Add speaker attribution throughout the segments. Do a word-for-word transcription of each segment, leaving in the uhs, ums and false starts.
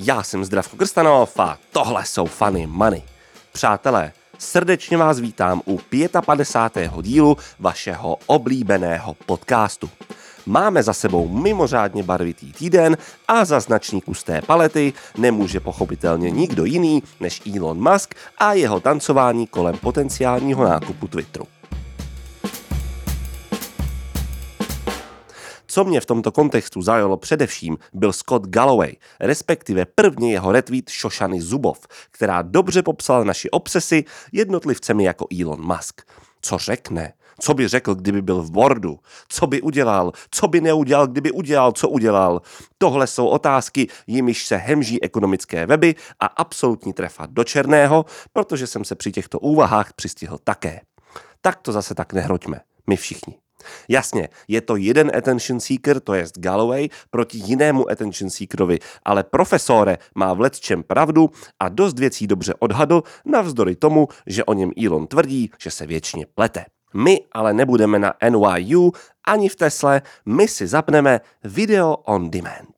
Speaker 1: Já jsem Zdravko Krstanov a tohle jsou Funny Money. Přátelé, srdečně vás vítám u padesátého pátého dílu vašeho oblíbeného podcastu. Máme za sebou mimořádně barvitý týden a za značníku z té palety nemůže pochopitelně nikdo jiný než Elon Musk a jeho tancování kolem potenciálního nákupu Twitteru. Co mě v tomto kontextu zaujalo především, byl Scott Galloway, respektive první jeho retweet Shoshany Zuboff, která dobře popsala naši obsesi jednotlivcemi jako Elon Musk. Co řekne? Co by řekl, kdyby byl v boardu? Co by udělal? Co by neudělal, kdyby udělal, co udělal? Tohle jsou otázky, jimiž se hemží ekonomické weby a absolutní trefa do černého, protože jsem se při těchto úvahách přistihl také. Tak to zase tak nehroďme, my všichni. Jasně, je to jeden attention seeker, to jest Galloway, proti jinému attention seekerovi, ale profesore má v lecčem pravdu a dost věcí dobře odhadl, navzdory tomu, že o něm Elon tvrdí, že se věčně plete. My ale nebudeme na N Y U ani v Tesle, my si zapneme video on demand.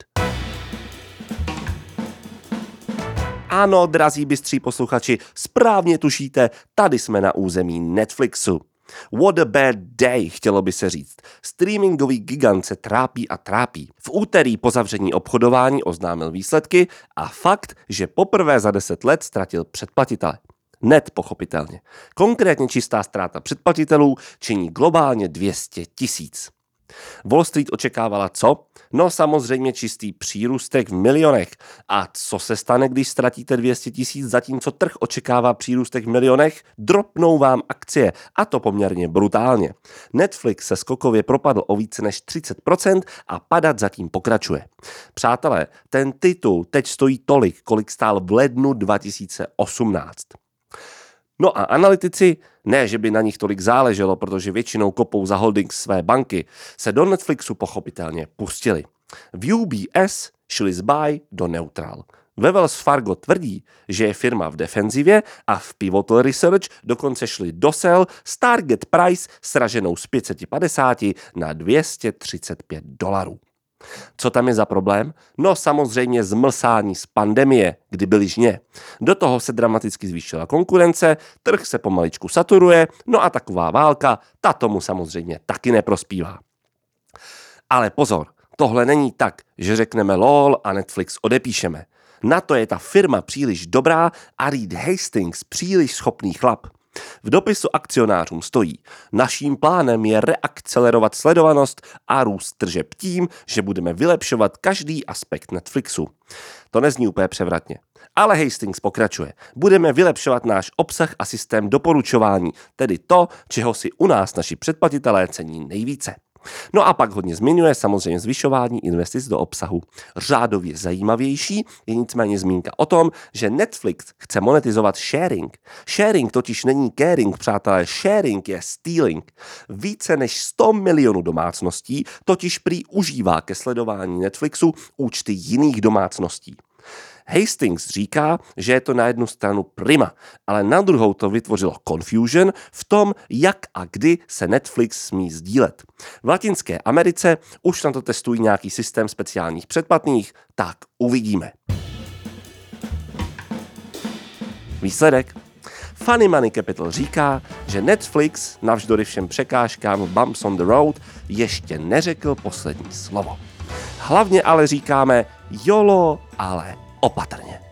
Speaker 1: Ano, drazí bystří posluchači, správně tušíte, tady jsme na území Netflixu. What a bad day, chtělo by se říct. Streamingový gigant se trápí a trápí. V úterý po zavření obchodování oznámil výsledky a fakt, že poprvé za deset let ztratil předplatitele. Net pochopitelně. Konkrétně čistá ztráta předplatitelů činí globálně dvě stě tisíc. Wall Street očekávala co? No samozřejmě čistý přírůstek v milionech. A co se stane, když ztratíte dvě stě tisíc, zatímco trh očekává přírůstek v milionech? Dropnou vám akcie, a to poměrně brutálně. Netflix se skokově propadl o více než třicet procent a padat zatím pokračuje. Přátelé, ten titul teď stojí tolik, kolik stál v lednu dva tisíce osmnáct. No a analytici, ne, že by na nich tolik záleželo, protože většinou kopou za holding své banky, se do Netflixu pochopitelně pustili. V U B S šli z buy do neutral. Ve Wells Fargo tvrdí, že je firma v defenzivě a v Pivotal Research dokonce šli do sell s target price sraženou z pět set padesát na dvě stě třicet pět dolarů. Co tam je za problém? No samozřejmě zmlsání z pandemie, kdy byly žně. Do toho se dramaticky zvýšila konkurence, trh se pomaličku saturuje, no a taková válka, ta tomu samozřejmě taky neprospívá. Ale pozor, tohle není tak, že řekneme lol a Netflix odepíšeme. Na to je ta firma příliš dobrá a Reed Hastings příliš schopný chlap. V dopisu akcionářům stojí: naším plánem je reakcelerovat sledovanost a růst tržeb tím, že budeme vylepšovat každý aspekt Netflixu. To nezní úplně převratně. Ale Hastings pokračuje. Budeme vylepšovat náš obsah a systém doporučování, tedy to, čeho si u nás naši předplatitelé cení nejvíce. No a pak hodně zmiňuje samozřejmě zvyšování investic do obsahu. Řádově zajímavější je nicméně zmínka o tom, že Netflix chce monetizovat sharing. Sharing totiž není caring, přátelé, sharing je stealing. Více než sto milionů domácností totiž prý užívá ke sledování Netflixu účty jiných domácností. Hastings říká, že je to na jednu stranu prima, ale na druhou to vytvořilo confusion v tom, jak a kdy se Netflix smí sdílet. V Latinské Americe už na to testují nějaký systém speciálních předplatných, tak uvidíme. Výsledek? Funny Money Capital říká, že Netflix navzdory všem překážkám bumps on the road ještě neřekl poslední slovo. Hlavně ale říkáme jolo, ale opatrně.